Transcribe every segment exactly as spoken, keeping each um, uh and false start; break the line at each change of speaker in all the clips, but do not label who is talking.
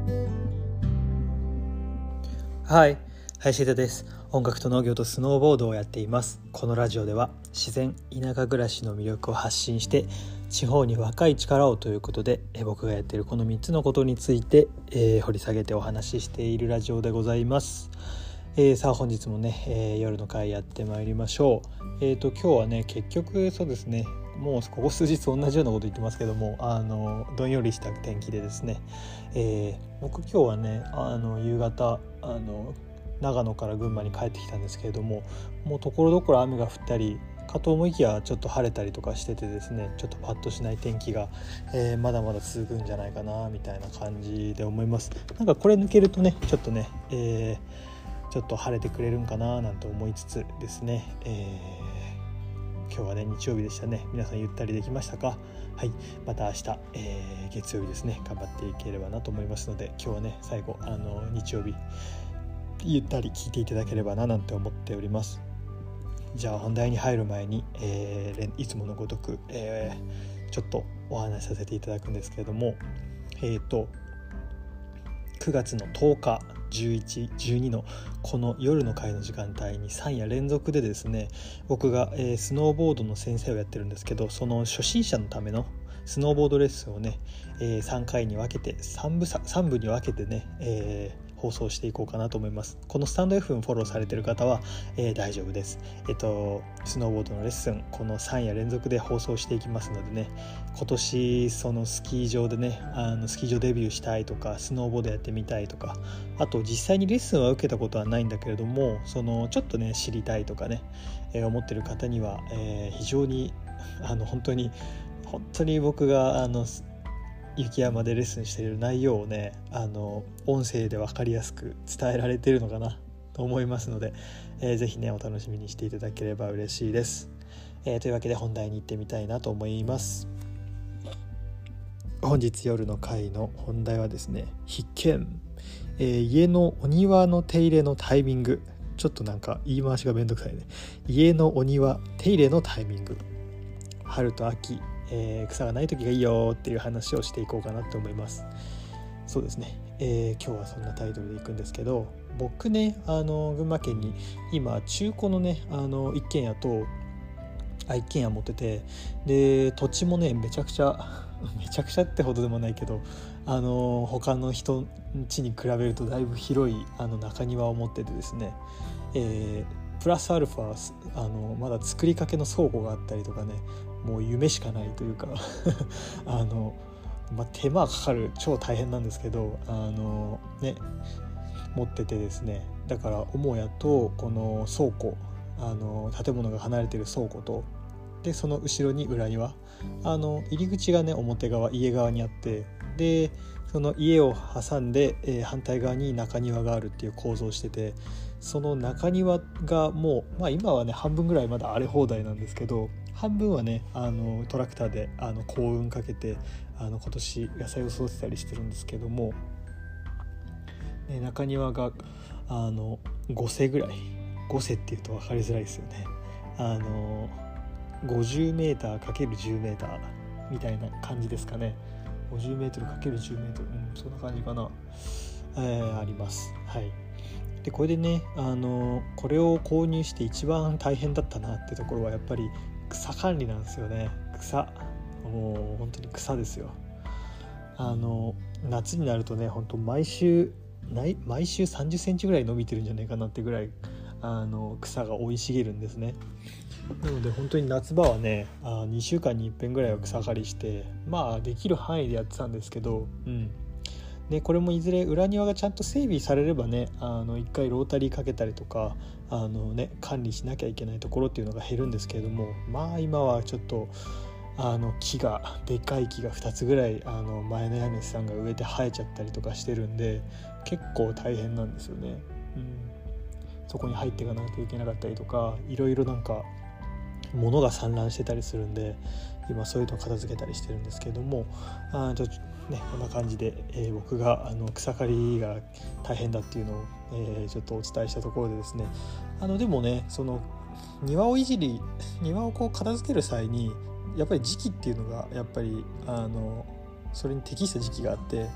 はい、林田です。音楽と農業とスノーボードをやっています。このラジオでは自然田舎暮らしの魅力を発信して地方に若い力をということで、え僕がやっているこのみっつのことについて、えー、掘り下げてお話ししているラジオでございます。えー、さあ本日もね、えー、夜の会やってまいりましょう。えーと今日はね結局そうですねもうここ数日同じようなこと言ってますけども、あのどんよりした天気でですね、えー、僕今日はねあの夕方あの長野から群馬に帰ってきたんですけれども、もうところどころ雨が降ったりかと思いきやちょっと晴れたりとかしててですね、ちょっとパッとしない天気が、えー、まだまだ続くんじゃないかなみたいな感じで思います。なんかこれ抜けるとねちょっとね、えー、ちょっと晴れてくれるんかななんて思いつつですね、えー、今日はね日曜日でしたね。皆さんゆったりできましたか？はい、また明日、えー、月曜日ですね頑張っていければなと思いますので、今日はね最後あの日曜日ゆったり聞いていただければななんて思っております。じゃあ本題に入る前に、えー、いつものごとく、えー、ちょっとお話しさせていただくんですけれども、えーとくがつのとおか、じゅういち、じゅうにのこの夜の会の時間帯にさん夜連続でですね、僕が、えー、スノーボードの先生をやってるんですけど、その初心者のためのスノーボードレッスンをね、えー、さんかいに分けてさん部、さん部に分けてね、えー放送していこうかなと思います。このスタンド エフエム フォローされている方は、えー、大丈夫です。えっとスノーボードのレッスンこのさん夜連続で放送していきますのでね、今年そのスキー場でねあのスキー場デビューしたいとか、スノーボードやってみたいとか、あと実際にレッスンは受けたことはないんだけれども、そのちょっとね知りたいとかね、えー、思ってる方には、えー、非常にあの本当に本当に僕があの雪山でレッスンしている内容をねあの音声で分かりやすく伝えられているのかなと思いますので、えー、ぜひねお楽しみにしていただければ嬉しいです。えー、というわけで本題に行ってみたいなと思います。本日夜の会の本題はですね、必見、えー、家のお庭の手入れのタイミング。ちょっとなんか言い回しがめんどくさいね。家のお庭手入れのタイミング、春と秋、えー、草がない時がいいよっていう話をしていこうかなと思います。そうですね、えー、今日はそんなタイトルでいくんですけど、僕ねあの群馬県に今中古のねあの一軒家とあ一軒家持ってて、で土地もねめちゃくちゃめちゃくちゃってほどでもないけど、あの他の人ん家に比べるとだいぶ広いあの中庭を持っててですね、えー、プラスアルファあのまだ作りかけの倉庫があったりとかね、もう夢しかないというかあの、まあ、手間かかる超大変なんですけど、あのね持っててですね、だから母屋とこの倉庫、あの建物が離れている倉庫と、でその後ろに裏庭、あの入り口がね表側家側にあって、でその家を挟んで、えー、反対側に中庭があるっていう構造をしてて、その中庭がもう、まあ、今はね半分ぐらいまだ荒れ放題なんですけど、半分はねあのトラクターであの耕運かけてあの今年野菜を育てたりしてるんですけども、ね、中庭があのご世ぐらい、ご世っていうと分かりづらいですよね。あのごじゅうメーター ×じゅう メーターみたいな感じですかね。ごじゅうメートル ×じゅう メートル、うん、そんな感じかな、えー、あります。はい。でこれでねあのこれを購入して一番大変だったなってところはやっぱり草管理なんですよね。草、もう本当に草ですよ。あの夏になるとね本当毎週毎週さんじゅっセンチぐらい伸びてるんじゃないかなってぐらいあの草が生い茂るんですね。なので本当に夏場はねあにしゅうかんにいっぺんぐらいは草刈りして、まあできる範囲でやってたんですけど、うんでこれもいずれ裏庭がちゃんと整備されればね、あの一回ロータリーかけたりとかあの、ね、管理しなきゃいけないところっていうのが減るんですけれども、まあ今はちょっとあの木がでかい木がふたつぐらいあの前の家主さんが植えて生えちゃったりとかしてるんで結構大変なんですよね。うん、そこに入っていかなきゃいけなかったりとか、いろいろなんか物が散乱してたりするんで今そういうのを片付けたりしてるんですけれども、あちょっとねこんな感じで、えー、僕があの草刈りが大変だっていうのを、えー、ちょっとお伝えしたところでですね、あのでもねその庭をいじり庭をこう片付ける際にやっぱり時期っていうのがやっぱりあのそれに適した時期があって、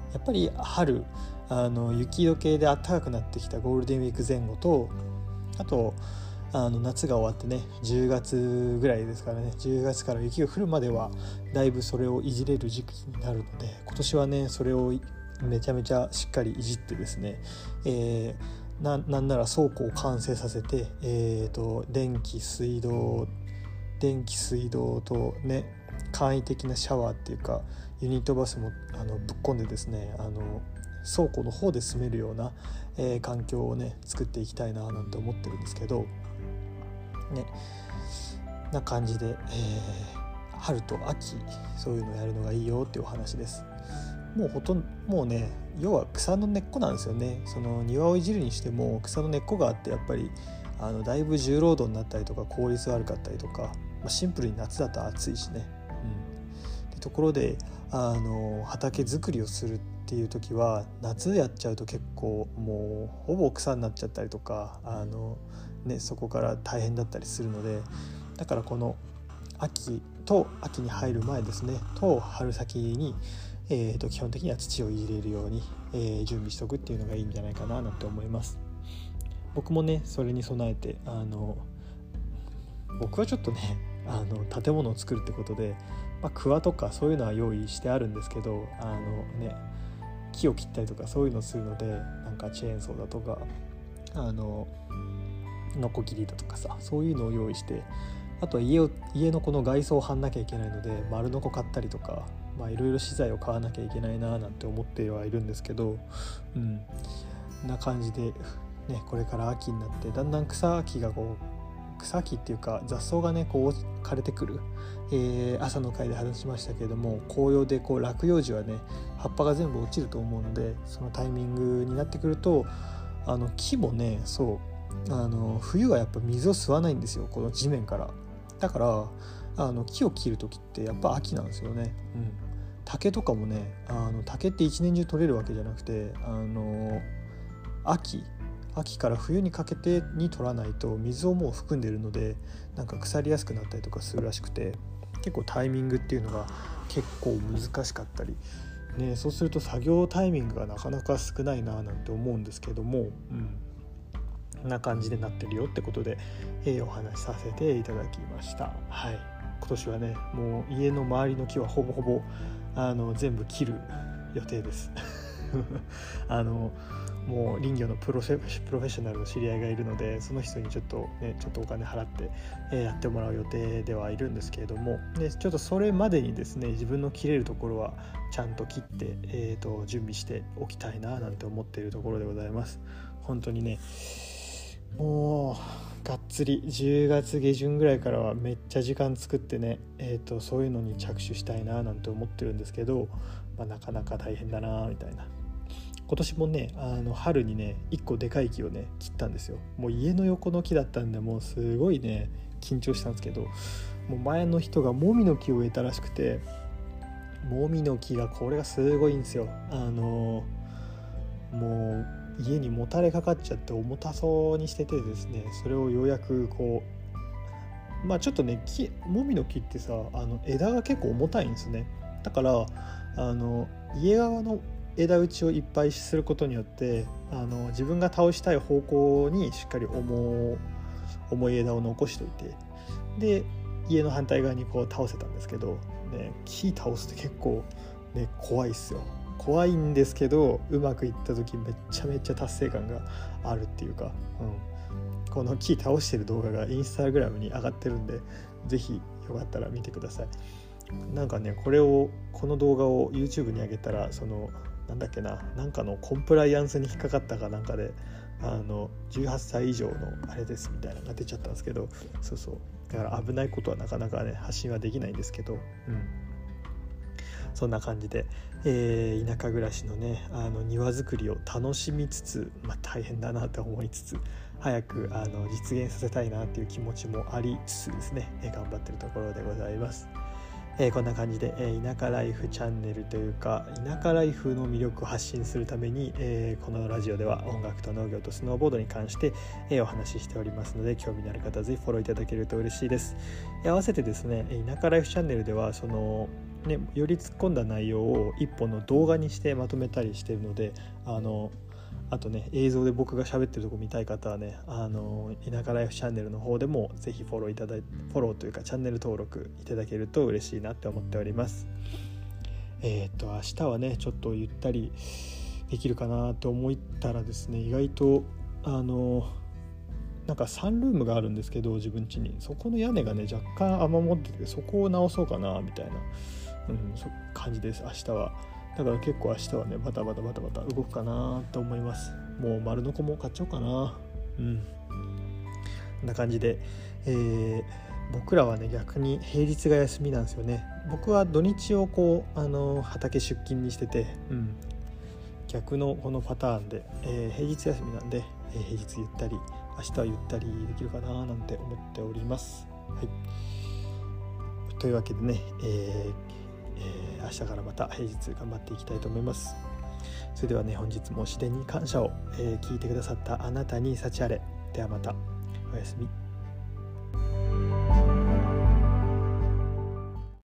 やっぱり春あの雪解けで暖かくなってきたゴールデンウィーク前後と、あとあの夏が終わってねじゅうがつぐらいですからね、じゅうがつから雪が降るまではだいぶそれをいじれる時期になるので、今年はねそれをめちゃめちゃしっかりいじってですね、えー、な, なんなら倉庫を完成させて、えー、と電気水道電気水道とね簡易的なシャワーっていうかユニットバスもあのぶっ込んでですね、あの倉庫の方で住めるような、えー、環境をね作っていきたいななんて思ってるんですけどね、な感じで、えー、春と秋そういうのをやるのがいいよっていうお話です。もうほとんどもうね要は草の根っこなんですよね。その庭をいじるにしても草の根っこがあって、やっぱりあのだいぶ重労働になったりとか効率悪かったりとか、まあ、シンプルに夏だと暑いしね、うん、ってところであの畑作りをするっていう時は夏やっちゃうと結構もうほぼ草になっちゃったりとか、あの、ね、そこから大変だったりするので、だからこの秋と秋に入る前ですねと春先に、えー、と基本的には土を入れるように、えー、準備しておくっていうのがいいんじゃないかななんて思います。僕もねそれに備えてあの僕はちょっとねあの建物を作るってことで、まあ、桑とかそういうのは用意してあるんですけど、あのね木を切ったりとかそういうのをするので、なんかチェーンソーだとかあのノコギリだとかさ、そういうのを用意して、あとは家を家のこの外装を張んなきゃいけないので丸ノコ買ったりとか、まあいろいろ資材を買わなきゃいけないななんて思ってはいるんですけど、うんな感じでね、これから秋になってだんだん草木がこう草木っていうか雑草がねこう枯れてくる、えー、朝の回で話しましたけれども、紅葉でこう落葉樹はね葉っぱが全部落ちると思うので、そのタイミングになってくるとあの木もねそうあの冬はやっぱ水を吸わないんですよ、この地面から。だからあの木を切る時ってやっぱ秋なんですよね、うん、竹とかもねあの竹って一年中取れるわけじゃなくて、あの秋秋から冬にかけてに取らないと水をもう含んでいるので、なんか腐りやすくなったりとかするらしくて、結構タイミングっていうのが結構難しかったり、ね、そうすると作業タイミングがなかなか少ないななんて思うんですけども、うんこんな感じでなってるよってことで、えー、お話しさせていただきました。はい、今年はねもう家の周りの木はほぼほぼあの全部切る予定ですあのもう林業のプロフェプロフェッショナルの知り合いがいるので、その人にちょっとねちょっとお金払って、えー、やってもらう予定ではいるんですけれども、でちょっとそれまでにですね自分の切れるところはちゃんと切って、えー、と準備しておきたいななんて思っているところでございます。本当にねもうがっつりじゅうがつ下旬ぐらいからはめっちゃ時間作ってね、えーと、そういうのに着手したいななんて思ってるんですけど、まあ、なかなか大変だなみたいな。今年もねあの春にねいっこでかい木をね切ったんですよ。もう家の横の木だったんでもうすごいね緊張したんですけど、もう前の人がもみの木を植えたらしくて、もみの木がこれがすごいんですよ。あのもう家にもたれかかっちゃって重たそうにしててですね、それをようやくこうまあちょっとね木もみの木ってさあの枝が結構重たいんですね。だからあの家側の枝打ちをいっぱいすることによってあの自分が倒したい方向にしっかり重重い枝を残しといて、で家の反対側にこう倒せたんですけど、ね、木倒すって結構、ね、怖いっすよ。怖いんですけどうまくいった時めっちゃめちゃ達成感があるっていうか、うん、この木倒してる動画がインスタグラムに上がってるんでぜひよかったら見てください。なんかねこれをこの動画を YouTube に上げたらそのなんだっけななんかのコンプライアンスに引っかかったかなんかであのじゅうはっさい以上のあれですみたいなのが出ちゃったんですけど、そうそうだから危ないことはなかなかね発信はできないんですけど、うんそんな感じで、えー、田舎暮らしのねあの庭作りを楽しみつつ、まあ、大変だなと思いつつ早くあの実現させたいなっていう気持ちもありつつですね、えー、頑張ってるところでございます。えー、こんな感じで、えー、田舎ライフチャンネルというか田舎ライフの魅力を発信するために、えー、このラジオでは音楽と農業とスノーボードに関して、えー、お話ししておりますので、興味のある方はぜひフォローいただけると嬉しいです。えー、合わせてですね田舎ライフチャンネルではそのね、より突っ込んだ内容を一本の動画にしてまとめたりしているので、あのあとね映像で僕が喋ってるとこ見たい方はね、あの田舎ライフチャンネルの方でもぜひフォローいただいフォローというかチャンネル登録いただけると嬉しいなって思っております。えっと明日はねちょっとゆったりできるかなと思ったらですね、意外とあのなんかサンルームがあるんですけど、自分家にそこの屋根がね若干雨漏ってて、そこを直そうかなみたいな、うん、そ感じです。明日はだから結構明日はねバタバタバタバタ動くかなと思います。もう丸のこも買っちゃおうかな。うんこんな感じで、えー、僕らはね逆に平日が休みなんですよね。僕は土日をこうあの畑出勤にしてて、うん、逆のこのパターンで、えー、平日休みなんで、えー、平日ゆったり明日はゆったりできるかななんて思っております。はい、というわけでね、えーえー、明日からまた平日頑張っていきたいと思います。それではね、本日も自然に感謝を、えー、聞いてくださったあなたに幸あれ。ではまた。おやすみ。